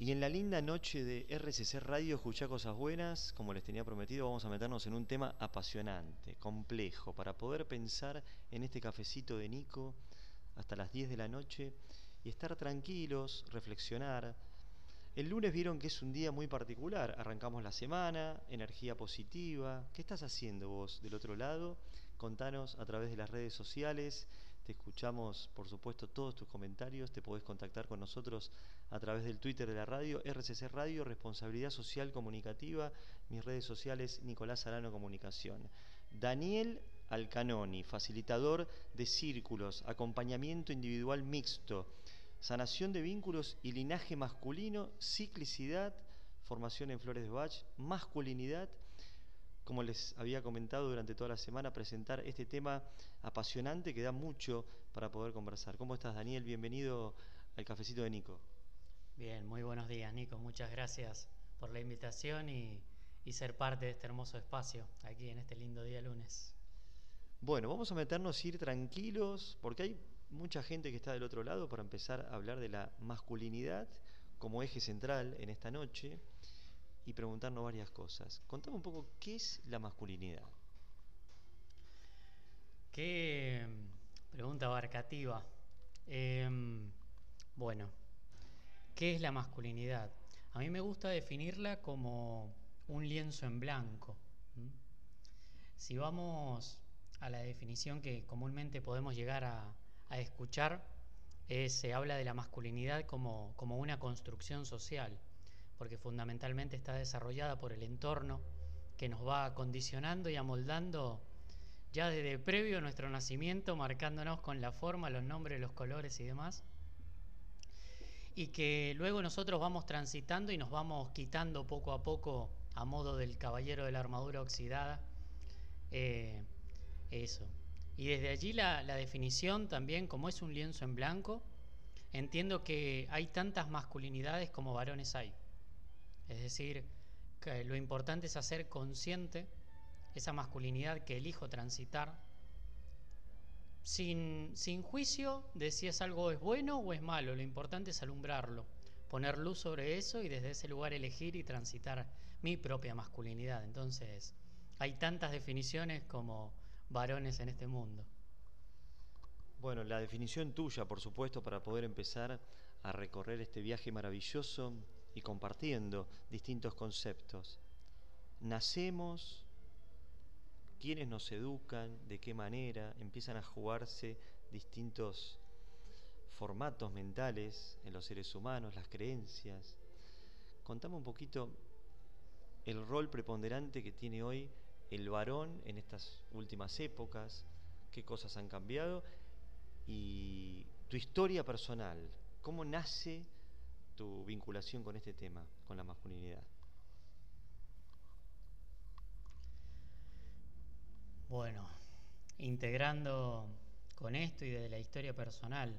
Y en la linda noche de RCC Radio Escuchá Cosas Buenas, como les tenía prometido, vamos a meternos en un tema apasionante, complejo, para poder pensar en este cafecito de Nico hasta las 10 de la noche y estar tranquilos, reflexionar. El lunes vieron que es un día muy particular, arrancamos la semana, energía positiva. ¿Qué estás haciendo vos del otro lado? Contanos a través de las redes sociales, te escuchamos por supuesto todos tus comentarios, te podés contactar con nosotros a través del Twitter de la radio, RCC Radio, Responsabilidad Social Comunicativa, mis redes sociales, Nicolás Arano Comunicación. Daniel Alcanoni, facilitador de círculos, acompañamiento individual mixto, sanación de vínculos y linaje masculino, ciclicidad, formación en Flores de Bach, masculinidad. Como les había comentado durante toda la semana, presentar este tema apasionante que da mucho para poder conversar. ¿Cómo estás, Daniel? Bienvenido al Cafecito de Nico. Bien, muy buenos días, Nico. Muchas gracias por la invitación y ser parte de este hermoso espacio aquí en este lindo día lunes. Bueno, vamos a meternos, ir tranquilos, porque hay mucha gente que está del otro lado para empezar a hablar de la masculinidad como eje central en esta noche y preguntarnos varias cosas. Contame un poco qué es la masculinidad. Qué pregunta abarcativa. Bueno, ¿qué es la masculinidad? A mí me gusta definirla como un lienzo en blanco. Si vamos a la definición que comúnmente podemos llegar a escuchar, se habla de la masculinidad como una construcción social, porque fundamentalmente está desarrollada por el entorno que nos va condicionando y amoldando ya desde previo a nuestro nacimiento, marcándonos con la forma, los nombres, los colores y demás, y que luego nosotros vamos transitando y nos vamos quitando poco a poco a modo del caballero de la armadura oxidada, eso. Y desde allí la definición también, como es un lienzo en blanco, entiendo que hay tantas masculinidades como varones hay. Es decir, que lo importante es hacer consciente esa masculinidad que elijo transitar, sin juicio de si es algo es bueno o es malo. Lo importante es alumbrarlo, poner luz sobre eso y desde ese lugar elegir y transitar mi propia masculinidad. Entonces, hay tantas definiciones como varones en este mundo. Bueno, la definición tuya, por supuesto, para poder empezar a recorrer este viaje maravilloso y compartiendo distintos conceptos. Nacemos, quiénes nos educan, de qué manera, empiezan a jugarse distintos formatos mentales en los seres humanos, las creencias. Contame un poquito el rol preponderante que tiene hoy el varón en estas últimas épocas, qué cosas han cambiado y tu historia personal, cómo nace tu vinculación con este tema, con la masculinidad. Bueno, integrando con esto y desde la historia personal,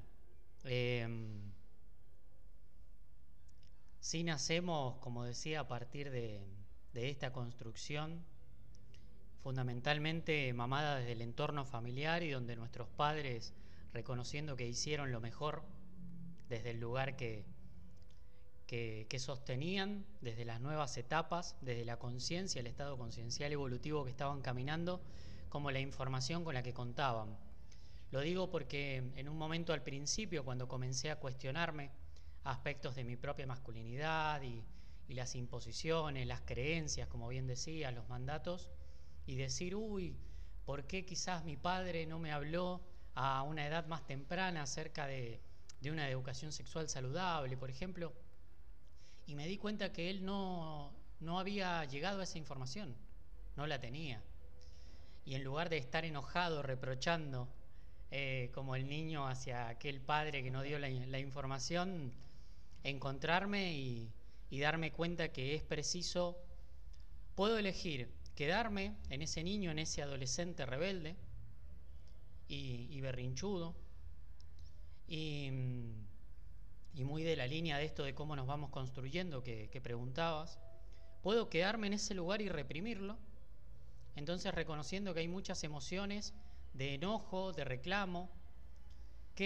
sí nacemos, como decía, a partir de esta construcción fundamentalmente mamada desde el entorno familiar y donde nuestros padres, reconociendo que hicieron lo mejor desde el lugar que sostenían, desde las nuevas etapas, desde la conciencia, el estado conciencial evolutivo que estaban caminando, como la información con la que contaban. Lo digo porque en un momento al principio, cuando comencé a cuestionarme aspectos de mi propia masculinidad y las imposiciones, las creencias, como bien decía, los mandatos, y decir, ¿por qué quizás mi padre no me habló a una edad más temprana acerca de una educación sexual saludable, por ejemplo? Y me di cuenta que él no había llegado a esa información, no la tenía. Y en lugar de estar enojado, reprochando, como el niño hacia aquel padre que no dio la información, encontrarme y darme cuenta que es preciso, puedo elegir quedarme en ese niño, en ese adolescente rebelde y berrinchudo, y muy de la línea de esto de cómo nos vamos construyendo que preguntabas. Puedo quedarme en ese lugar y reprimirlo, entonces reconociendo que hay muchas emociones de enojo, de reclamo, que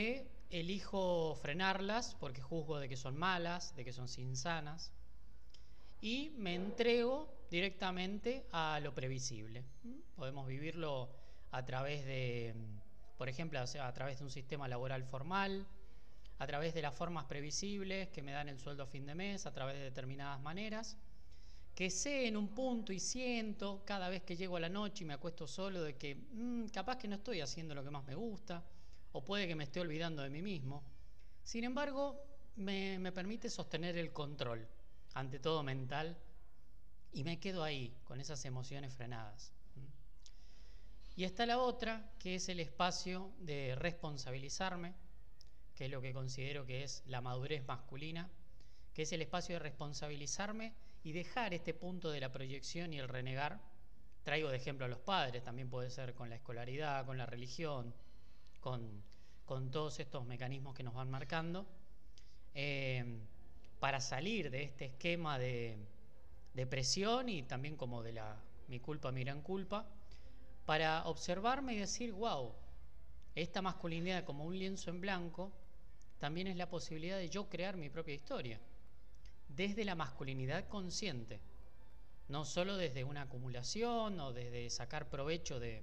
elijo frenarlas porque juzgo de que son malas, de que son insanas, y me entrego directamente a lo previsible. Podemos vivirlo a través de, por ejemplo, a través de un sistema laboral formal, a través de las formas previsibles que me dan el sueldo a fin de mes, a través de determinadas maneras, que sé en un punto y siento cada vez que llego a la noche y me acuesto solo de que capaz que no estoy haciendo lo que más me gusta, o puede que me esté olvidando de mí mismo. Sin embargo, me permite sostener el control, ante todo mental, y me quedo ahí, con esas emociones frenadas. Y está la otra, que es el espacio de responsabilizarme, que es lo que considero que es la madurez masculina, que es el espacio de responsabilizarme y dejar este punto de la proyección y el renegar. Traigo de ejemplo a los padres, también puede ser con la escolaridad, con la religión, con todos estos mecanismos que nos van marcando, para salir de este esquema de presión y también como de mi culpa, mi gran culpa, para observarme y decir, wow, esta masculinidad como un lienzo en blanco también es la posibilidad de yo crear mi propia historia, desde la masculinidad consciente, no solo desde una acumulación o desde sacar provecho de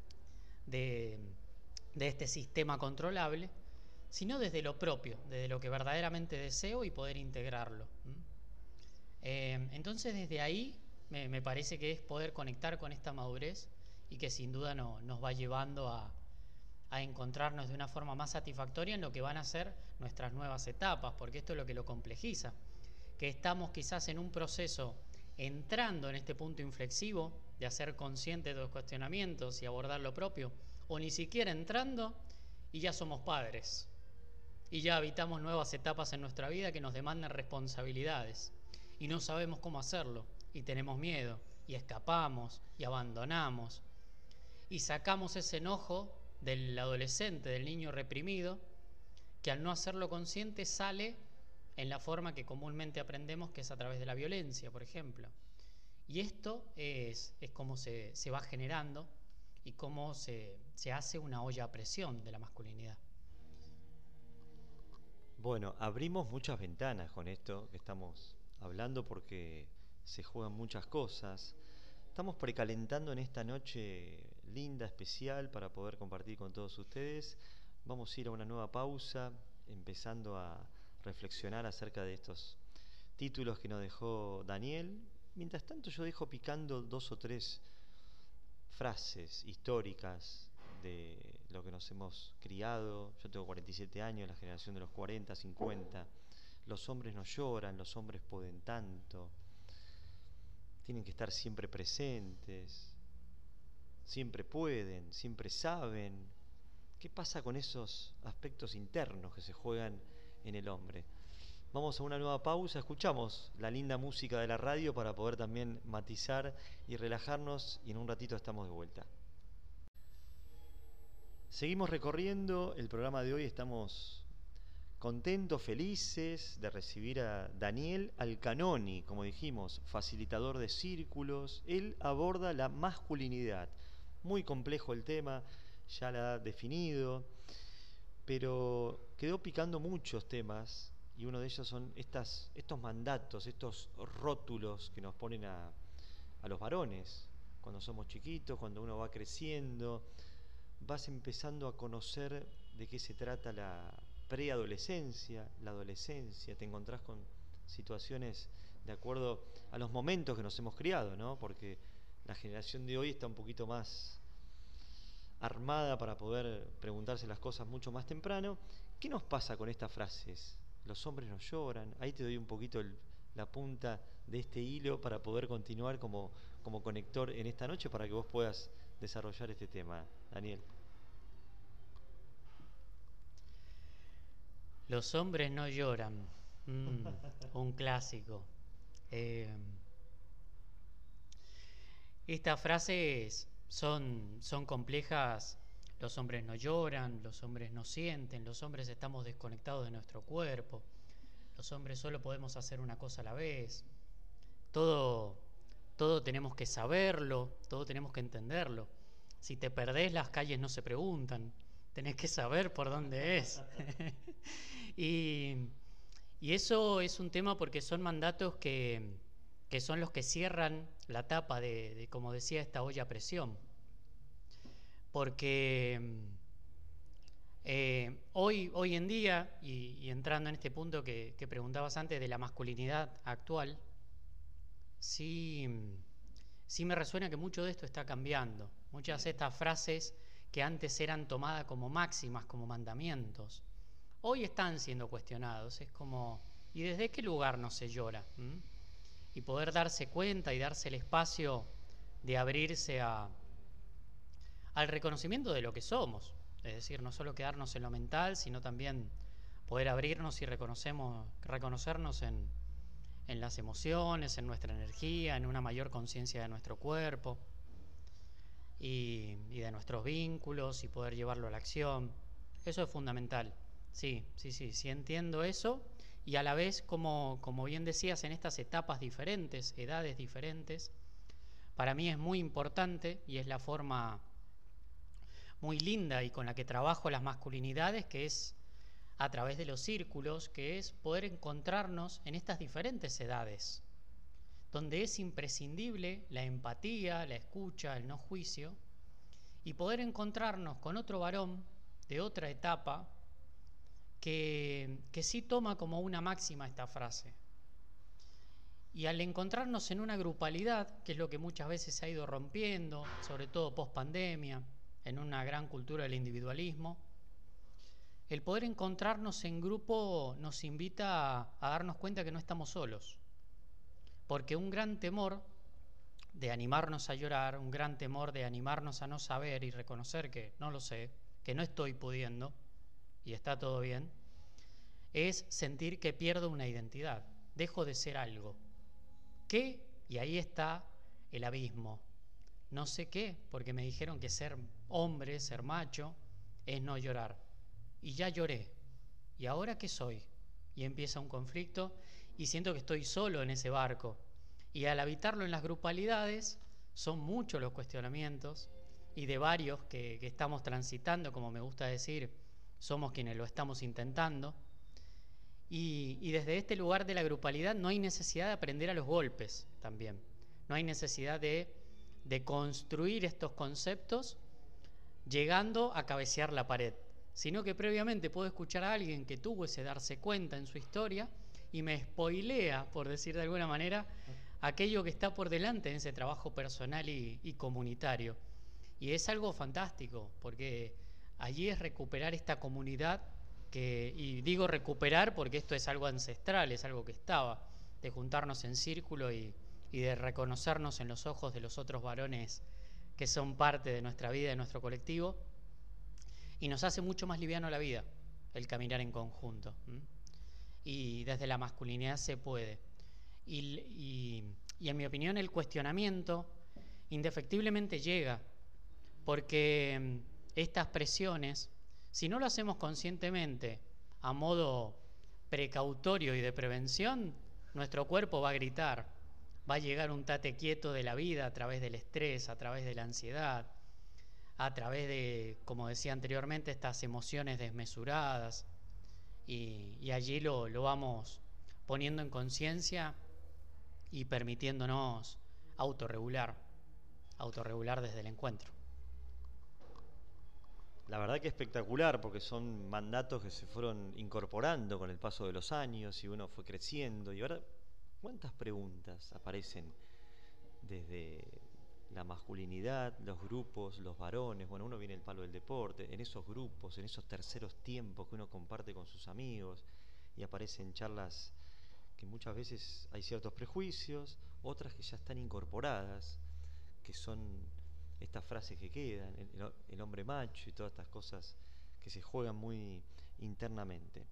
este sistema controlable, sino desde lo propio, desde lo que verdaderamente deseo y poder integrarlo. Entonces desde ahí me parece que es poder conectar con esta madurez y que sin duda nos va llevando a encontrarnos de una forma más satisfactoria en lo que van a ser nuestras nuevas etapas, porque esto es lo que lo complejiza, que estamos quizás en un proceso entrando en este punto inflexivo de hacer consciente de los cuestionamientos y abordar lo propio, o ni siquiera entrando y ya somos padres y ya habitamos nuevas etapas en nuestra vida que nos demandan responsabilidades y no sabemos cómo hacerlo y tenemos miedo y escapamos y abandonamos y sacamos ese enojo del adolescente, del niño reprimido, que al no hacerlo consciente sale en la forma que comúnmente aprendemos, que es a través de la violencia, por ejemplo. Y esto es como se va generando y cómo se hace una olla a presión de la masculinidad. Bueno, abrimos muchas ventanas con esto que estamos hablando porque se juegan muchas cosas. Estamos precalentando en esta noche linda, especial, para poder compartir con todos ustedes. Vamos a ir a una nueva pausa, empezando a reflexionar acerca de estos títulos que nos dejó Daniel. Mientras tanto yo dejo picando 2 o 3 frases históricas de lo que nos hemos criado. Yo tengo 47 años, la generación de los 40, 50. Los hombres no lloran, los hombres pueden tanto. Tienen que estar siempre presentes, siempre pueden, siempre saben. ¿Qué pasa con esos aspectos internos que se juegan en el hombre? Vamos a una nueva pausa, escuchamos la linda música de la radio para poder también matizar y relajarnos, y en un ratito estamos de vuelta. Seguimos recorriendo el programa de hoy, estamos contentos, felices de recibir a Daniel Alcanoni, como dijimos, facilitador de círculos. Él aborda la masculinidad. Muy complejo el tema, ya la ha definido, pero quedó picando muchos temas, y uno de ellos son estos mandatos, estos rótulos que nos ponen a los varones. Cuando somos chiquitos, cuando uno va creciendo, vas empezando a conocer de qué se trata la preadolescencia, la adolescencia, te encontrás con situaciones de acuerdo a los momentos que nos hemos criado, ¿no? Porque la generación de hoy está un poquito más armada para poder preguntarse las cosas mucho más temprano. ¿Qué nos pasa con estas frases? Los hombres no lloran. Ahí te doy un poquito la punta de este hilo para poder continuar como conector en esta noche, para que vos puedas desarrollar este tema, Daniel. Los hombres no lloran. Un clásico. Estas frases son complejas. Los hombres no lloran, los hombres no sienten, los hombres estamos desconectados de nuestro cuerpo, los hombres solo podemos hacer una cosa a la vez. Todo tenemos que saberlo, todo tenemos que entenderlo. Si te perdés, las calles no se preguntan. tenés que saber por dónde es. y, y eso es un tema porque son mandatos que son los que cierran la tapa de, como decía, esta olla a presión. Porque hoy en día, y entrando en este punto que preguntabas antes de la masculinidad actual, sí me resuena que mucho de esto está cambiando. Muchas de estas frases que antes eran tomadas como máximas, como mandamientos, hoy están siendo cuestionados. Es como, ¿y desde qué lugar no se llora? Y poder darse cuenta y darse el espacio de abrirse al reconocimiento de lo que somos. Es decir, no solo quedarnos en lo mental, sino también poder abrirnos y reconocernos en las emociones, en nuestra energía, en una mayor conciencia de nuestro cuerpo y de nuestros vínculos y poder llevarlo a la acción. Eso es fundamental. Sí entiendo eso, y a la vez, como bien decías, en estas etapas diferentes, edades diferentes, para mí es muy importante, y es la forma muy linda y con la que trabajo las masculinidades, que es a través de los círculos, que es poder encontrarnos en estas diferentes edades, donde es imprescindible la empatía, la escucha, el no juicio, y poder encontrarnos con otro varón de otra etapa que sí toma como una máxima esta frase. Y al encontrarnos en una grupalidad, que es lo que muchas veces se ha ido rompiendo, sobre todo post pandemia, en una gran cultura del individualismo, el poder encontrarnos en grupo nos invita a darnos cuenta que no estamos solos. Porque un gran temor de animarnos a llorar, un gran temor de animarnos a no saber y reconocer que no lo sé, que no estoy pudiendo y está todo bien, es sentir que pierdo una identidad, dejo de ser algo. ¿Qué? Y ahí está el abismo. No sé qué, porque me dijeron que ser hombre, ser macho, es no llorar. Y ya lloré. ¿Y ahora qué soy? Y empieza un conflicto y siento que estoy solo en ese barco. Y al habitarlo en las grupalidades, son muchos los cuestionamientos, y de varios que estamos transitando, como me gusta decir, somos quienes lo estamos intentando. Y desde este lugar de la grupalidad no hay necesidad de aprender a los golpes también. No hay necesidad de construir estos conceptos llegando a cabecear la pared, sino que previamente puedo escuchar a alguien que tuvo ese darse cuenta en su historia y me spoilea, por decir de alguna manera, aquello que está por delante en ese trabajo personal y comunitario. Y es algo fantástico, porque allí es recuperar esta comunidad y digo recuperar porque esto es algo ancestral, es algo que estaba, de juntarnos en círculo y de reconocernos en los ojos de los otros varones que son parte de nuestra vida, de nuestro colectivo, y nos hace mucho más liviano la vida el caminar en conjunto. Y desde la masculinidad se puede. Y en mi opinión el cuestionamiento indefectiblemente llega, porque estas presiones, si no lo hacemos conscientemente, a modo precautorio y de prevención, nuestro cuerpo va a gritar, va a llegar un tate quieto de la vida a través del estrés, a través de la ansiedad, a través de, como decía anteriormente, estas emociones desmesuradas, y allí lo vamos poniendo en conciencia y permitiéndonos autorregular desde el encuentro. La verdad que espectacular, porque son mandatos que se fueron incorporando con el paso de los años y uno fue creciendo. Y ahora, ¿cuántas preguntas aparecen desde la masculinidad, los grupos, los varones? Bueno, uno viene del palo del deporte, en esos grupos, en esos terceros tiempos que uno comparte con sus amigos, y aparecen charlas que muchas veces hay ciertos prejuicios, otras que ya están incorporadas, que son estas frases que quedan, el hombre macho y todas estas cosas que se juegan muy internamente.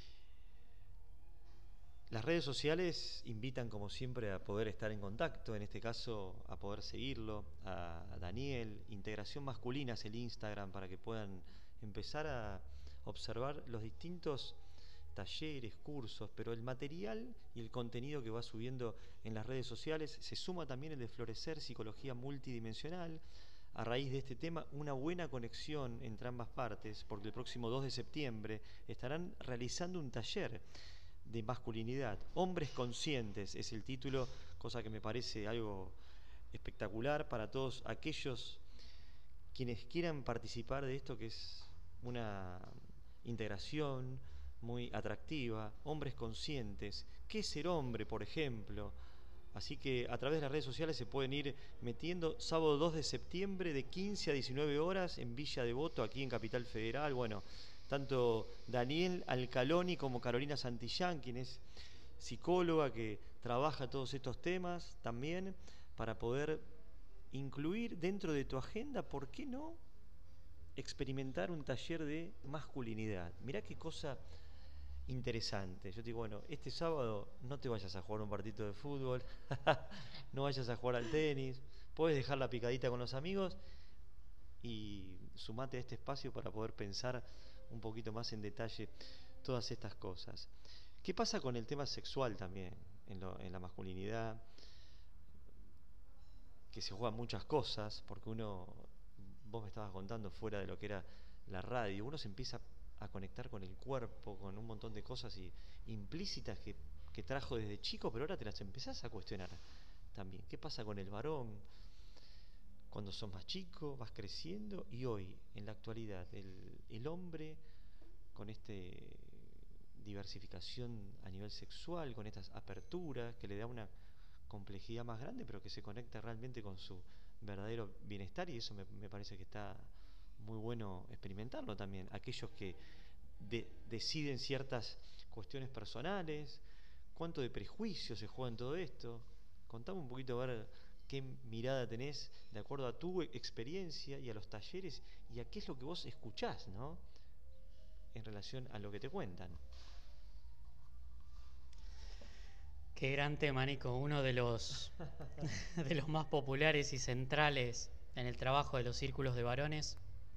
Las redes sociales invitan, como siempre, a poder estar en contacto, en este caso a poder seguirlo, a Daniel. Integración Masculina es el Instagram, para que puedan empezar a observar los distintos talleres, cursos, pero el material y el contenido que va subiendo en las redes sociales. Se suma también el de Florecer, Psicología Multidimensional. a raíz de este tema una buena conexión entre ambas partes, porque el próximo 2 de septiembre estarán realizando un taller de masculinidad. Hombres conscientes es el título, cosa que me parece algo espectacular para todos aquellos quienes quieran participar de esto, que es una integración muy atractiva. Hombres conscientes. ¿Qué es ser hombre, por ejemplo? Así que a través de las redes sociales se pueden ir metiendo. Sábado 2 de septiembre de 15 a 19 horas en Villa Devoto, aquí en Capital Federal. Bueno, tanto Daniel Alcaloni como Carolina Santillán, quien es psicóloga que trabaja todos estos temas también, para poder incluir dentro de tu agenda, ¿por qué no experimentar un taller de masculinidad? Mirá qué cosa interesante. Yo te digo, bueno, este sábado no te vayas a jugar un partido de fútbol, no vayas a jugar al tenis, puedes dejar la picadita con los amigos y sumate a este espacio para poder pensar un poquito más en detalle todas estas cosas. ¿Qué pasa con el tema sexual también en la masculinidad? Que se juegan muchas cosas, porque vos me estabas contando fuera de lo que era la radio, uno se empieza a conectar con el cuerpo, con un montón de cosas implícitas que trajo desde chico, pero ahora te las empezás a cuestionar también. ¿Qué pasa con el varón cuando sos más chico, vas creciendo? Y hoy, en la actualidad, el hombre con esta diversificación a nivel sexual, con estas aperturas que le da una complejidad más grande, pero que se conecta realmente con su verdadero bienestar, y eso me parece que está muy bueno experimentarlo también. Aquellos que deciden ciertas cuestiones personales, cuánto de prejuicio se juega en todo esto. Contame un poquito, a ver qué mirada tenés de acuerdo a tu experiencia y a los talleres y a qué es lo que vos escuchás, ¿no?, en relación a lo que te cuentan. Qué gran tema, Nico. Uno de los más populares y centrales en el trabajo de los círculos de varones.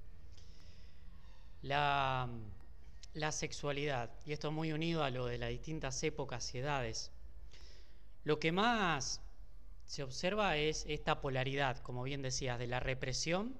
La sexualidad, y esto muy unido a lo de las distintas épocas y edades. Lo que más se observa es esta polaridad, como bien decías, de la represión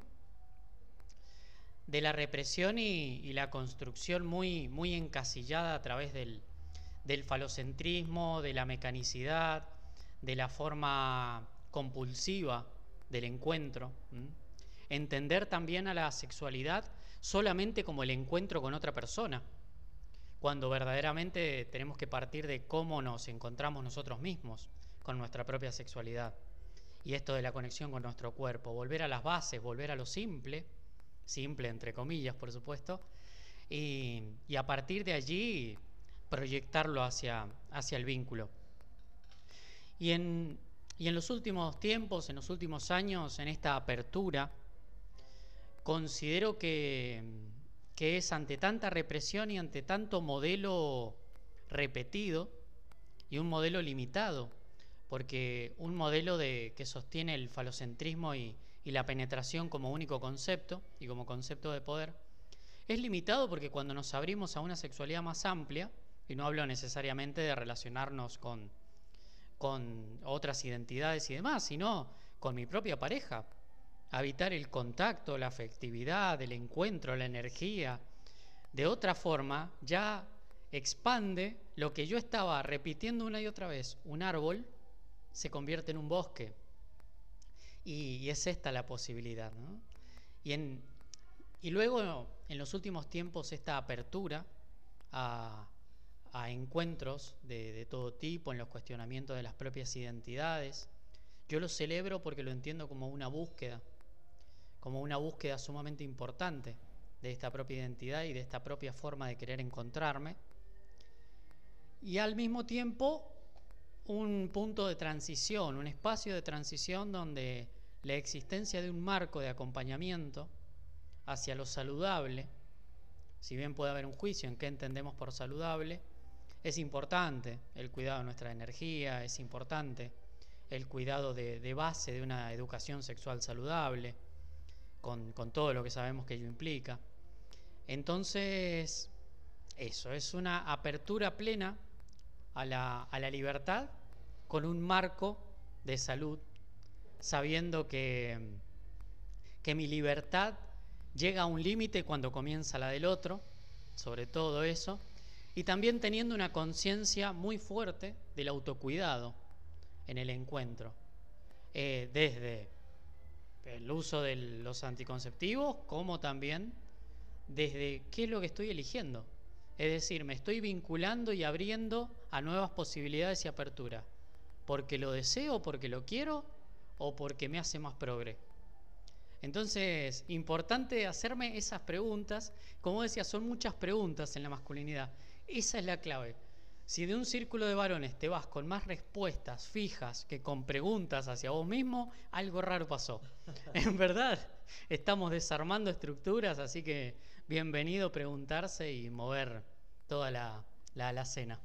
y la construcción muy encasillada a través del falocentrismo, de la mecanicidad, de la forma compulsiva del encuentro. Entender también a la sexualidad solamente como el encuentro con otra persona, cuando verdaderamente tenemos que partir de cómo nos encontramos nosotros mismos con nuestra propia sexualidad. Y esto de la conexión con nuestro cuerpo, volver a las bases, volver a lo simple entre comillas, por supuesto, y a partir de allí proyectarlo hacia el vínculo. Y en los últimos tiempos, en los últimos años, en esta apertura, considero que es ante tanta represión y ante tanto modelo repetido y un modelo limitado, porque un modelo que sostiene el falocentrismo y la penetración como único concepto y como concepto de poder, es limitado porque cuando nos abrimos a una sexualidad más amplia, y no hablo necesariamente de relacionarnos con otras identidades y demás, sino con mi propia pareja, habitar el contacto, la afectividad, el encuentro, la energía, de otra forma ya expande lo que yo estaba repitiendo una y otra vez. Un árbol se convierte en un bosque, y es esta la posibilidad, ¿no? Y luego en los últimos tiempos esta apertura a encuentros de todo tipo en los cuestionamientos de las propias identidades, yo lo celebro porque lo entiendo como una búsqueda sumamente importante de esta propia identidad y de esta propia forma de querer encontrarme, y al mismo tiempo un punto de transición, un espacio de transición donde la existencia de un marco de acompañamiento hacia lo saludable, si bien puede haber un juicio en qué entendemos por saludable, es importante el cuidado de nuestra energía, es importante el cuidado de base de una educación sexual saludable, con todo lo que sabemos que ello implica. Entonces, eso es una apertura plena a la libertad, con un marco de salud, sabiendo que que mi libertad llega a un límite cuando comienza la del otro, sobre todo eso, y también teniendo una conciencia muy fuerte del autocuidado en el encuentro, desde el uso de los anticonceptivos como también desde qué es lo que estoy eligiendo. Es decir, me estoy vinculando y abriendo a nuevas posibilidades y apertura, porque lo deseo, porque lo quiero o porque me hace más progre. Entonces, importante hacerme esas preguntas. Como decía, son muchas preguntas en la masculinidad. Esa es la clave. Si de un círculo de varones te vas con más respuestas fijas que con preguntas hacia vos mismo, algo raro pasó. En verdad, estamos desarmando estructuras, así que bienvenido preguntarse y mover toda la alacena.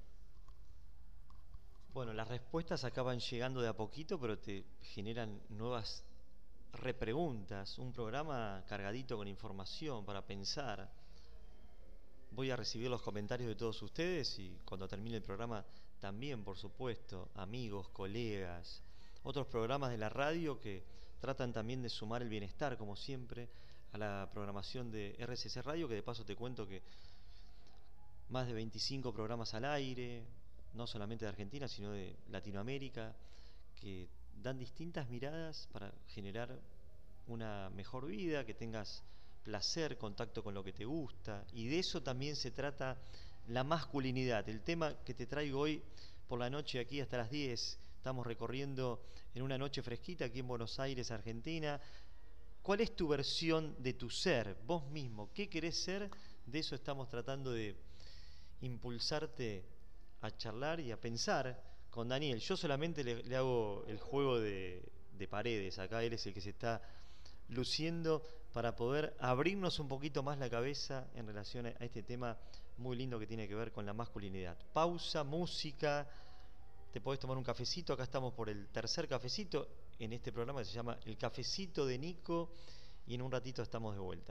Bueno, las respuestas acaban llegando de a poquito, pero te generan nuevas repreguntas, un programa cargadito con información para pensar. Voy a recibir los comentarios de todos ustedes y cuando termine el programa también, por supuesto, amigos, colegas, otros programas de la radio que tratan también de sumar el bienestar, como siempre, a la programación de RCC Radio, que de paso te cuento que más de 25 programas al aire, no solamente de Argentina, sino de Latinoamérica, que dan distintas miradas para generar una mejor vida, que tengas placer, contacto con lo que te gusta, y de eso también se trata la masculinidad. El tema que te traigo hoy por la noche aquí hasta las 10, estamos recorriendo en una noche fresquita aquí en Buenos Aires, Argentina. ¿Cuál es tu versión de tu ser, vos mismo? ¿Qué querés ser? De eso estamos tratando de impulsarte a charlar y a pensar con Daniel. Yo solamente le hago el juego de paredes, acá él es el que se está luciendo para poder abrirnos un poquito más la cabeza en relación a este tema muy lindo que tiene que ver con la masculinidad. Pausa, música, te podés tomar un cafecito, acá estamos por el tercer cafecito en este programa que se llama El Cafecito de Nico y en un ratito estamos de vuelta.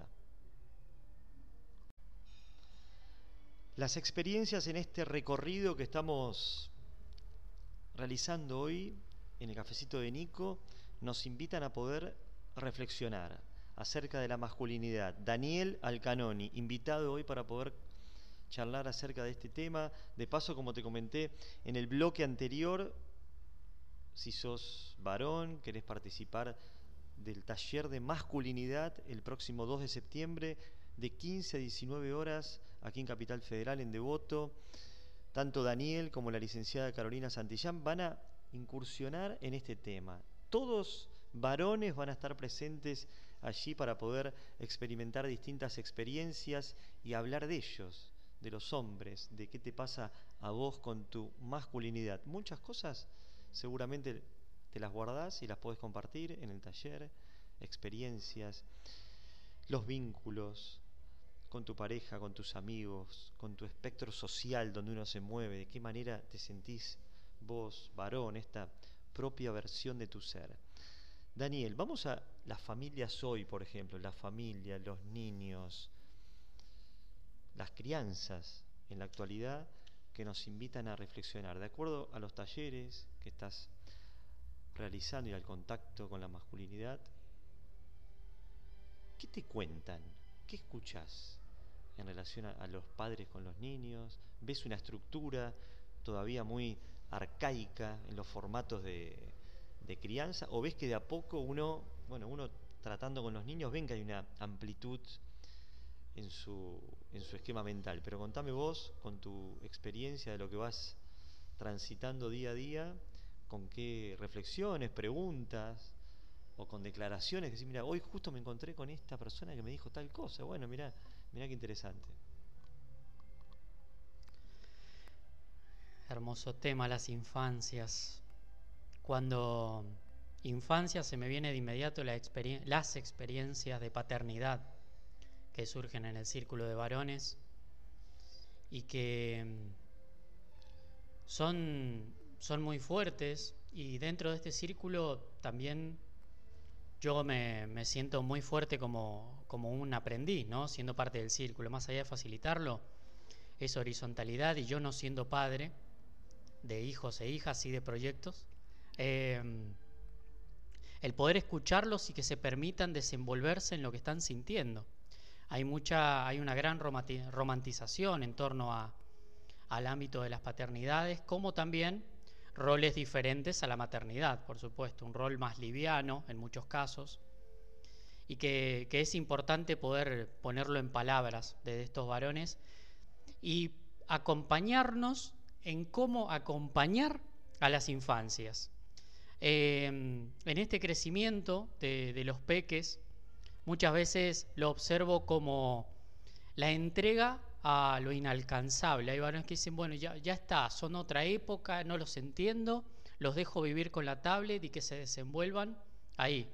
Las experiencias en este recorrido que estamos realizando hoy en el Cafecito de Nico nos invitan a poder reflexionar acerca de la masculinidad. Daniel Alcanoni, invitado hoy para poder charlar acerca de este tema. De paso, como te comenté en el bloque anterior, si sos varón, querés participar del taller de masculinidad el próximo 2 de septiembre de 15 a 19 horas aquí en Capital Federal, en Devoto. Tanto Daniel como la licenciada Carolina Santillán van a incursionar en este tema. Todos varones van a estar presentes allí para poder experimentar distintas experiencias y hablar de ellos, de los hombres, de qué te pasa a vos con tu masculinidad. Muchas cosas seguramente te las guardás y las podés compartir en el taller, experiencias, los vínculos con tu pareja, con tus amigos, con tu espectro social donde uno se mueve, de qué manera te sentís vos, varón, esta propia versión de tu ser. Daniel, vamos a las familias hoy, por ejemplo, la familia, los niños, las crianzas en la actualidad que nos invitan a reflexionar. De acuerdo a los talleres que estás realizando y al contacto con la masculinidad, ¿qué te cuentan? ¿Qué escuchás en relación a los padres con los niños? ¿Ves una estructura todavía muy arcaica en los formatos de crianza? ¿O ves que de a poco uno tratando con los niños, ven que hay una amplitud en su esquema mental? Pero contame vos, con tu experiencia de lo que vas transitando día a día, con qué reflexiones, preguntas o con declaraciones que decís, mira, hoy justo me encontré con esta persona que me dijo tal cosa. Bueno, mirá qué interesante. Hermoso tema, las infancias. Cuando infancia se me viene de inmediato las experiencias de paternidad que surgen en el círculo de varones y que son muy fuertes, y dentro de este círculo también yo me siento muy fuerte como un aprendiz, ¿no? Siendo parte del círculo, más allá de facilitarlo, es horizontalidad, y yo no siendo padre de hijos e hijas, sí de proyectos, el poder escucharlos y que se permitan desenvolverse en lo que están sintiendo. Hay una gran romantización en torno al ámbito de las paternidades, como también roles diferentes a la maternidad, por supuesto, un rol más liviano en muchos casos, y que es importante poder ponerlo en palabras de estos varones y acompañarnos en cómo acompañar a las infancias. En este crecimiento de los peques, muchas veces lo observo como la entrega a lo inalcanzable. Hay varones que dicen, bueno, ya está, son otra época, no los entiendo, los dejo vivir con la tablet y que se desenvuelvan ahí.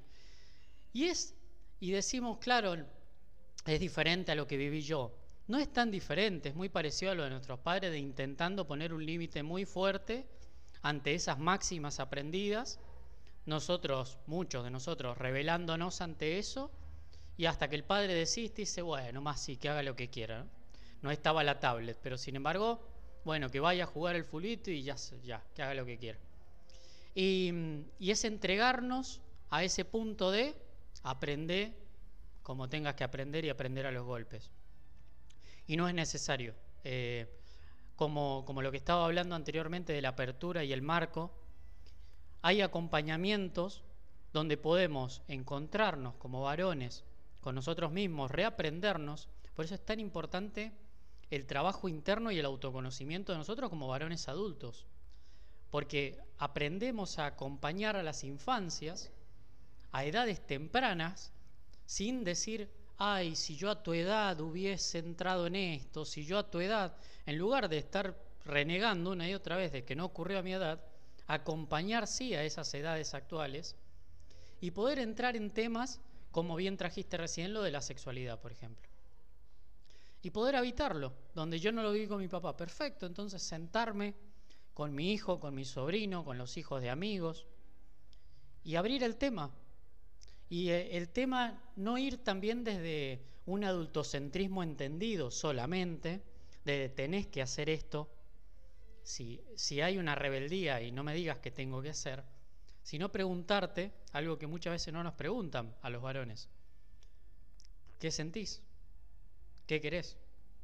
Y decimos, claro, es diferente a lo que viví yo. No es tan diferente, es muy parecido a lo de nuestros padres, de intentando poner un límite muy fuerte ante esas máximas aprendidas, muchos de nosotros, rebelándonos ante eso, y hasta que el padre desiste y dice, bueno, más sí, que haga lo que quiera. No estaba la tablet, pero sin embargo, bueno, que vaya a jugar el fulbito y ya, que haga lo que quiera. Y es entregarnos a ese punto de aprender como tengas que aprender y aprender a los golpes. Y no es necesario. Como lo que estaba hablando anteriormente de la apertura y el marco, hay acompañamientos donde podemos encontrarnos como varones con nosotros mismos, reaprendernos. Por eso es tan importante el trabajo interno y el autoconocimiento de nosotros como varones adultos, porque aprendemos a acompañar a las infancias a edades tempranas sin decir, ay, si yo a tu edad hubiese entrado en esto, si yo a tu edad, en lugar de estar renegando una y otra vez de que no ocurrió a mi edad, acompañar sí a esas edades actuales y poder entrar en temas como bien trajiste recién lo de la sexualidad, por ejemplo. Y poder habitarlo, donde yo no lo viví con mi papá. Perfecto, entonces sentarme con mi hijo, con mi sobrino, con los hijos de amigos y abrir el tema. Y el tema no ir también desde un adultocentrismo entendido solamente, de tenés que hacer esto, si hay una rebeldía y no me digas qué tengo que hacer, sino preguntarte algo que muchas veces no nos preguntan a los varones. ¿Qué sentís? ¿Qué querés?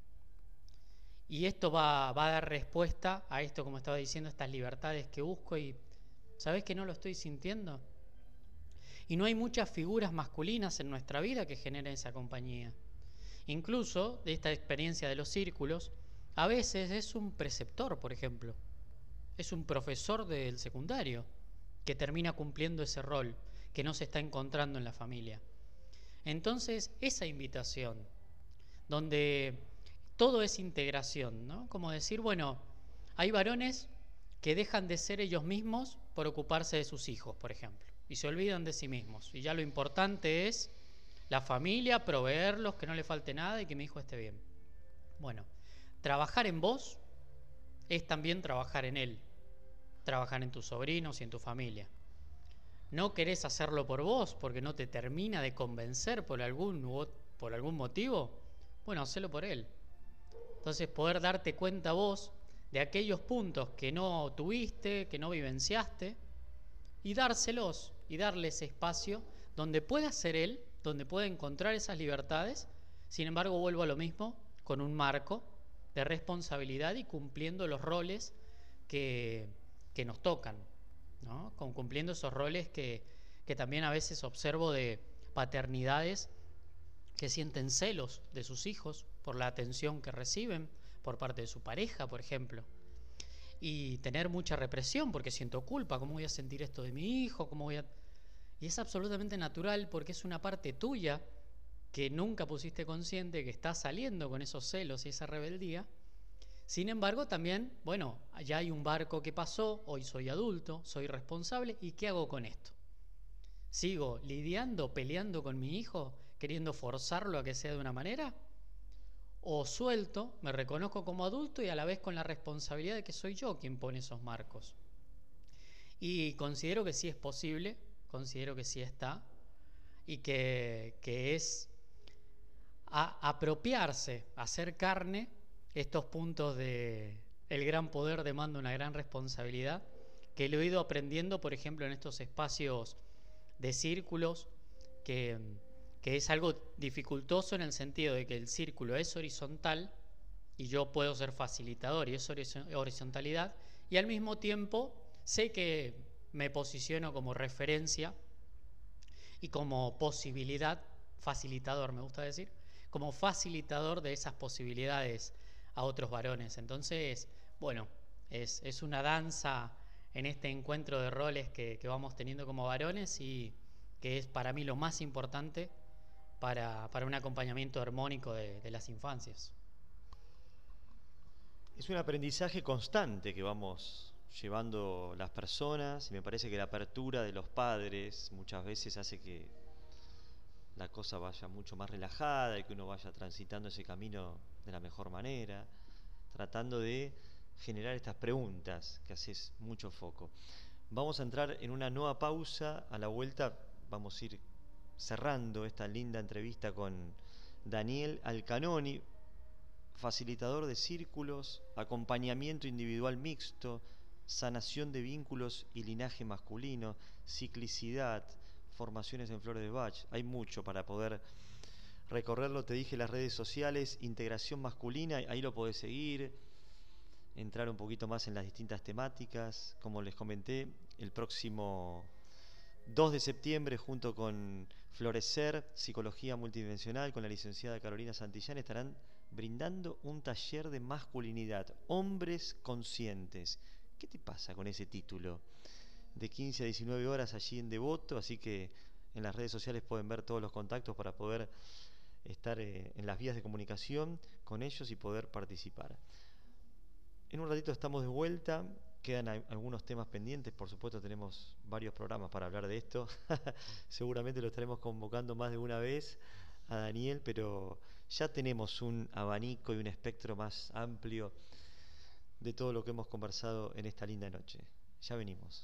Y esto va a dar respuesta a esto, como estaba diciendo, estas libertades que busco y ¿sabés que no lo estoy sintiendo? Y no hay muchas figuras masculinas en nuestra vida que generen esa compañía. Incluso de esta experiencia de los círculos, a veces es un preceptor, por ejemplo. Es un profesor del secundario que termina cumpliendo ese rol que no se está encontrando en la familia. Entonces, esa invitación, donde todo es integración, ¿no? Como decir, bueno, hay varones que dejan de ser ellos mismos por ocuparse de sus hijos, por ejemplo, y se olvidan de sí mismos. Y ya lo importante es la familia, proveerlos, que no le falte nada y que mi hijo esté bien. Bueno, trabajar en vos es también trabajar en él, trabajar en tus sobrinos y en tu familia. No querés hacerlo por vos porque no te termina de convencer por algún motivo, bueno, hacelo por él. Entonces poder darte cuenta vos de aquellos puntos que no tuviste, que no vivenciaste, y dárselos y darle ese espacio donde pueda ser él, donde pueda encontrar esas libertades. Sin embargo, vuelvo a lo mismo, con un marco de responsabilidad y cumpliendo los roles que nos tocan, ¿no? Cumpliendo esos roles que también a veces observo de paternidades que sienten celos de sus hijos por la atención que reciben por parte de su pareja, por ejemplo. Y tener mucha represión porque siento culpa, ¿cómo voy a sentir esto de mi hijo? Y es absolutamente natural porque es una parte tuya que nunca pusiste consciente, que está saliendo con esos celos y esa rebeldía. Sin embargo, también, bueno, ya hay un barco que pasó, hoy soy adulto, soy responsable, ¿y qué hago con esto? ¿Sigo lidiando, peleando con mi hijo, queriendo forzarlo a que sea de una manera? ¿O suelto, me reconozco como adulto y a la vez con la responsabilidad de que soy yo quien pone esos marcos? Y considero que sí es posible, considero que sí está, y que es apropiarse, hacer carne estos puntos de el gran poder demanda una gran responsabilidad, que lo he ido aprendiendo, por ejemplo, en estos espacios de círculos, que es algo dificultoso en el sentido de que el círculo es horizontal y yo puedo ser facilitador y es horizontalidad, y al mismo tiempo sé que me posiciono como referencia y como posibilidad, facilitador me gusta decir, como facilitador de esas posibilidades a otros varones. Entonces, bueno, es una danza en este encuentro de roles que vamos teniendo como varones y que es para mí lo más importante para un acompañamiento armónico de las infancias. Es un aprendizaje constante que vamos llevando las personas y me parece que la apertura de los padres muchas veces hace que la cosa vaya mucho más relajada y que uno vaya transitando ese camino de la mejor manera, tratando de generar estas preguntas que haces mucho foco. Vamos a entrar en una nueva pausa. A la vuelta vamos a ir cerrando esta linda entrevista con Daniel Alcanoni, facilitador de círculos, acompañamiento individual mixto, sanación de vínculos y linaje masculino, ciclicidad, formaciones en flores de Bach. Hay mucho para poder recorrerlo. Te dije las redes sociales, integración masculina, ahí lo podés seguir, entrar un poquito más en las distintas temáticas. Como les comenté, el próximo 2 de septiembre, junto con Florecer, Psicología Multidimensional, con la licenciada Carolina Santillán, estarán brindando un taller de masculinidad, hombres conscientes. ¿Qué te pasa con ese título? De 15 a 19 horas allí en Devoto, así que en las redes sociales pueden ver todos los contactos para poder estar en las vías de comunicación con ellos y poder participar. En un ratito estamos de vuelta, quedan algunos temas pendientes, por supuesto tenemos varios programas para hablar de esto, seguramente lo estaremos convocando más de una vez a Daniel, pero ya tenemos un abanico y un espectro más amplio de todo lo que hemos conversado en esta linda noche. Ya venimos.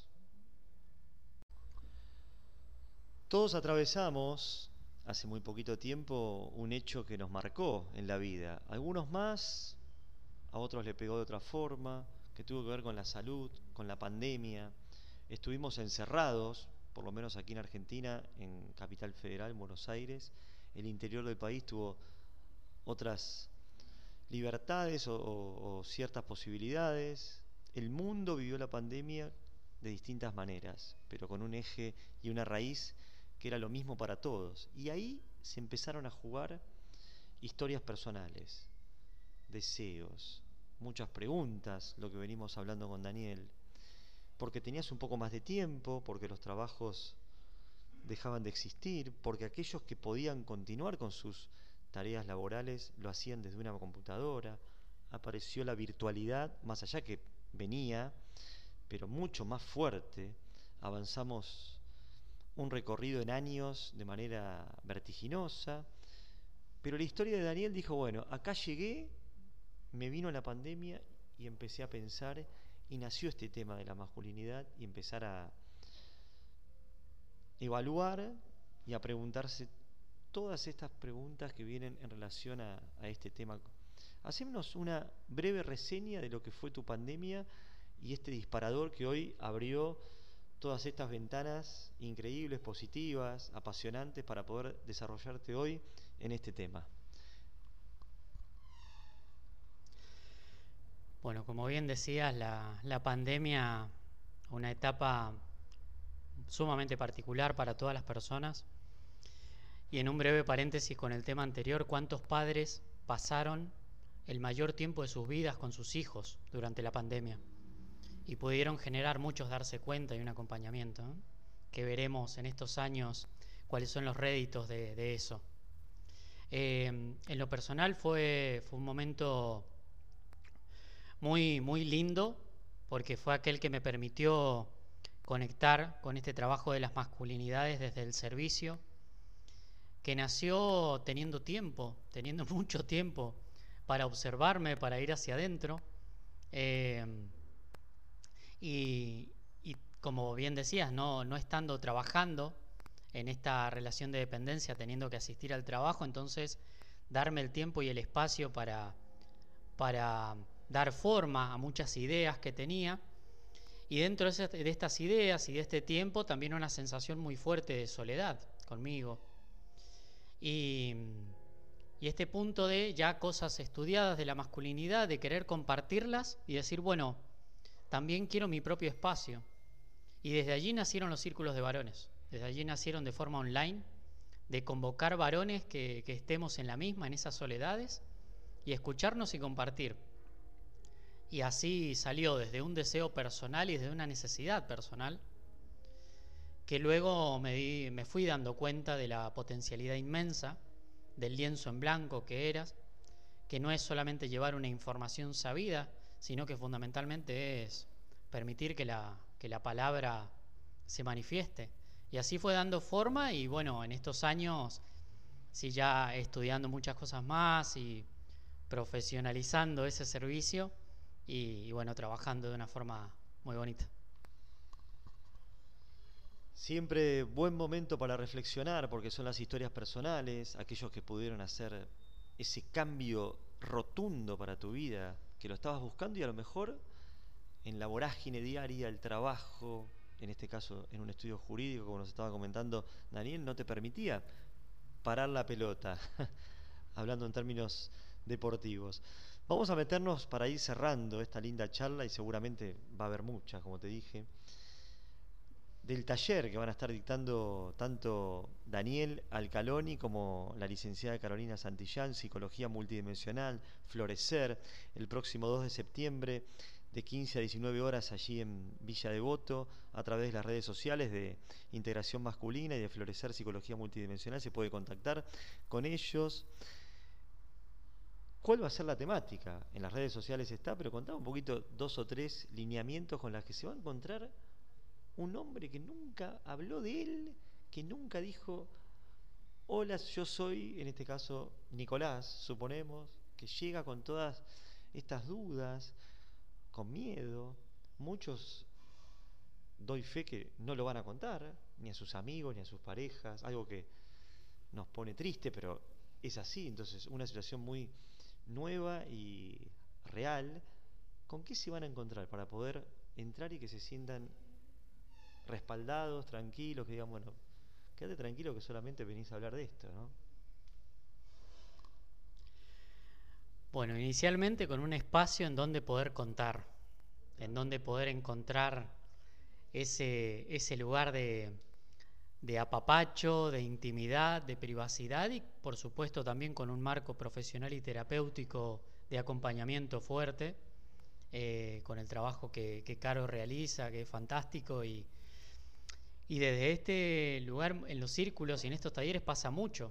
Todos atravesamos hace muy poquito tiempo un hecho que nos marcó en la vida, algunos más, a otros le pegó de otra forma, que tuvo que ver con la salud, con la pandemia. Estuvimos encerrados, por lo menos aquí en Argentina, en Capital Federal, en Buenos Aires. El interior del país tuvo otras libertades o ciertas posibilidades. El mundo vivió la pandemia de distintas maneras, pero con un eje y una raíz que era lo mismo para todos. Y ahí se empezaron a jugar historias personales, deseos, muchas preguntas, lo que venimos hablando con Daniel, porque tenías un poco más de tiempo, porque los trabajos dejaban de existir, porque aquellos que podían continuar con sus tareas laborales lo hacían desde una computadora. Apareció la virtualidad, más allá que venía, pero mucho más fuerte. Avanzamos un recorrido en años de manera vertiginosa, pero la historia de Daniel dijo, bueno, acá llegué, me vino la pandemia y empecé a pensar y nació este tema de la masculinidad y empezar a evaluar y a preguntarse todas estas preguntas que vienen en relación a este tema. Hacémonos una breve reseña de lo que fue tu pandemia y este disparador que hoy abrió todas estas ventanas increíbles, positivas, apasionantes para poder desarrollarte hoy en este tema. Bueno, como bien decías, la pandemia, una etapa sumamente particular para todas las personas. Y en un breve paréntesis con el tema anterior, ¿cuántos padres pasaron el mayor tiempo de sus vidas con sus hijos durante la pandemia? Y pudieron generar muchos darse cuenta y un acompañamiento, ¿no? Que veremos en estos años cuáles son los réditos de eso. En lo personal fue un momento muy, muy lindo, porque fue aquel que me permitió conectar con este trabajo de las masculinidades desde el servicio, que nació teniendo tiempo, teniendo mucho tiempo para observarme, para ir hacia adentro. Y como bien decías, no estando trabajando en esta relación de dependencia, teniendo que asistir al trabajo, entonces darme el tiempo y el espacio para dar forma a muchas ideas que tenía Y dentro de estas ideas y de este tiempo también una sensación muy fuerte de soledad conmigo. Y este punto de ya cosas estudiadas de la masculinidad, de querer compartirlas y decir, bueno, también quiero mi propio espacio. Y desde allí nacieron los círculos de varones. Desde allí nacieron de forma online, de convocar varones que estemos en la misma, en esas soledades, y escucharnos y compartir. Y así salió desde un deseo personal y desde una necesidad personal, que luego me fui dando cuenta de la potencialidad inmensa del lienzo en blanco que eras, que no es solamente llevar una información sabida, sino que fundamentalmente es permitir que la palabra se manifieste. Y así fue dando forma, y bueno, en estos años, sí, ya estudiando muchas cosas más y profesionalizando ese servicio y bueno, trabajando de una forma muy bonita. Siempre buen momento para reflexionar, porque son las historias personales, aquellos que pudieron hacer ese cambio rotundo para tu vida, que lo estabas buscando y a lo mejor en la vorágine diaria, el trabajo, en este caso en un estudio jurídico, como nos estaba comentando Daniel, no te permitía parar la pelota, hablando en términos deportivos. Vamos a meternos para ir cerrando esta linda charla, y seguramente va a haber muchas, como te dije, del taller que van a estar dictando tanto Daniel Alcaloni como la licenciada Carolina Santillán, Psicología Multidimensional, Florecer, el próximo 2 de septiembre, de 15 a 19 horas allí en Villa Devoto, a través de las redes sociales de Integración Masculina y de Florecer Psicología Multidimensional. Se puede contactar con ellos. ¿Cuál va a ser la temática? En las redes sociales está, pero contaba un poquito 2 o 3 lineamientos con los que se va a encontrar un hombre que nunca habló de él, que nunca dijo, hola, yo soy, en este caso, Nicolás, suponemos, que llega con todas estas dudas, con miedo. Muchos, doy fe que no lo van a contar, ni a sus amigos, ni a sus parejas, algo que nos pone triste, pero es así. Entonces, una situación muy nueva y real. ¿Con qué se van a encontrar para poder entrar y que se sientan respaldados, tranquilos, que digan, bueno, quédate tranquilo que solamente venís a hablar de esto, ¿no? Bueno, inicialmente con un espacio en donde poder contar, en donde poder encontrar ese lugar de apapacho, de intimidad, de privacidad, y por supuesto también con un marco profesional y terapéutico de acompañamiento fuerte, con el trabajo que Caro realiza, que es fantástico. Y desde este lugar, en los círculos y en estos talleres pasa mucho.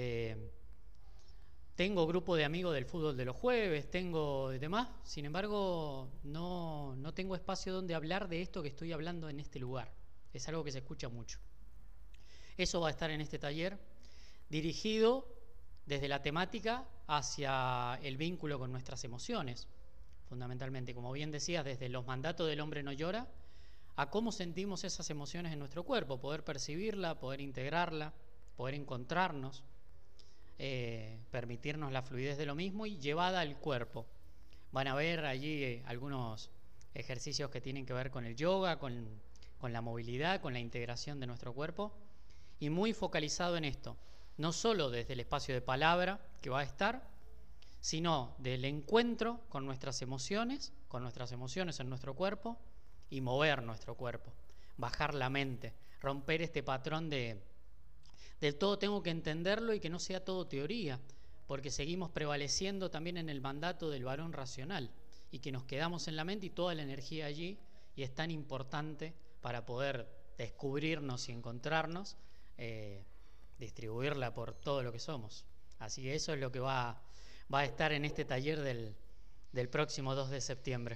Tengo grupo de amigos del fútbol de los jueves, tengo demás, sin embargo no tengo espacio donde hablar de esto que estoy hablando en este lugar. Es algo que se escucha mucho. Eso va a estar en este taller, dirigido desde la temática hacia el vínculo con nuestras emociones, fundamentalmente, como bien decías, desde los mandatos del hombre no llora, a cómo sentimos esas emociones en nuestro cuerpo, poder percibirla, poder integrarla, poder encontrarnos, permitirnos la fluidez de lo mismo y llevada al cuerpo. Van a ver allí algunos ejercicios que tienen que ver con el yoga, con la movilidad, con la integración de nuestro cuerpo, y muy focalizado en esto, no solo desde el espacio de palabra que va a estar, sino del encuentro con nuestras emociones en nuestro cuerpo, y mover nuestro cuerpo, bajar la mente, romper este patrón del todo tengo que entenderlo y que no sea todo teoría, porque seguimos prevaleciendo también en el mandato del varón racional y que nos quedamos en la mente y toda la energía allí, y es tan importante para poder descubrirnos y encontrarnos, distribuirla por todo lo que somos. Así que eso es lo que va a estar en este taller del próximo 2 de septiembre.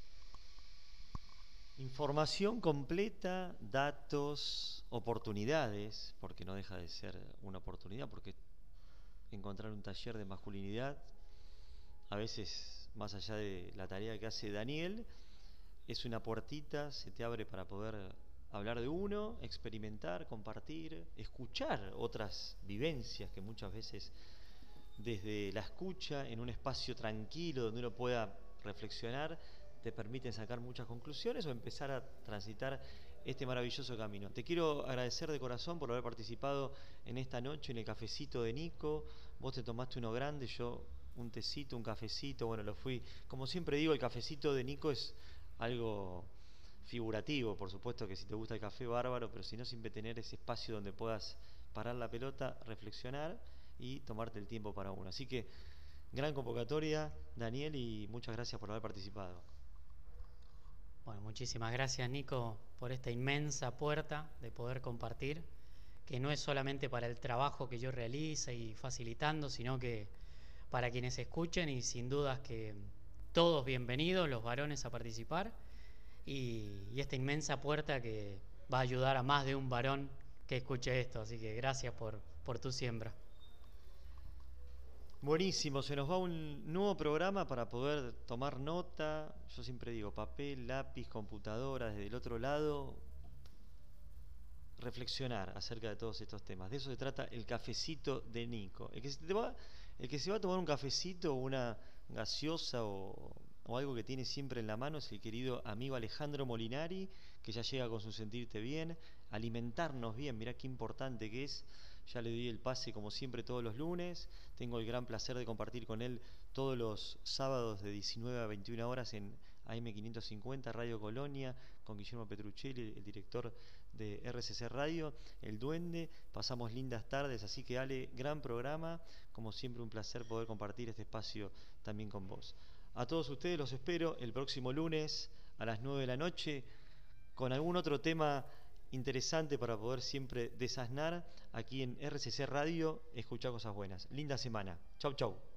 Información completa, datos, oportunidades, porque no deja de ser una oportunidad, porque encontrar un taller de masculinidad, a veces más allá de la tarea que hace Daniel, es una puertita, se te abre para poder hablar de uno, experimentar, compartir, escuchar otras vivencias que muchas veces desde la escucha, en un espacio tranquilo donde uno pueda reflexionar, te permiten sacar muchas conclusiones o empezar a transitar este maravilloso camino. Te quiero agradecer de corazón por haber participado en esta noche en el cafecito de Nico. Vos te tomaste uno grande, yo un tecito, un cafecito, bueno, lo fui. Como siempre digo, el cafecito de Nico es algo figurativo, por supuesto que si te gusta el café, bárbaro, pero si no, siempre tener ese espacio donde puedas parar la pelota, reflexionar y tomarte el tiempo para uno. Así que, gran convocatoria, Daniel, y muchas gracias por haber participado. Bueno, muchísimas gracias, Nico, por esta inmensa puerta de poder compartir, que no es solamente para el trabajo que yo realizo y facilitando, sino que para quienes escuchen, y sin dudas que todos bienvenidos, los varones, a participar, y esta inmensa puerta que va a ayudar a más de un varón que escuche esto. Así que gracias por tu siembra. Buenísimo, se nos va un nuevo programa para poder tomar nota. Yo siempre digo, papel, lápiz, computadora, desde el otro lado, reflexionar acerca de todos estos temas. De eso se trata el cafecito de Nico. El que se va a tomar un cafecito o una gaseosa o algo que tiene siempre en la mano es el querido amigo Alejandro Molinari, que ya llega con su sentirte bien, alimentarnos bien, mirá qué importante que es. Ya le doy el pase como siempre todos los lunes. Tengo el gran placer de compartir con él todos los sábados de 19 a 21 horas en AM550 Radio Colonia, con Guillermo Petruccelli, el director de RCC Radio, El Duende. Pasamos lindas tardes, así que Ale, gran programa. Como siempre, un placer poder compartir este espacio también con vos. A todos ustedes los espero el próximo lunes a las 9 de la noche con algún otro tema interesante para poder siempre desasnar aquí en RCC Radio. Escuchá cosas buenas. Linda semana. Chau, chau.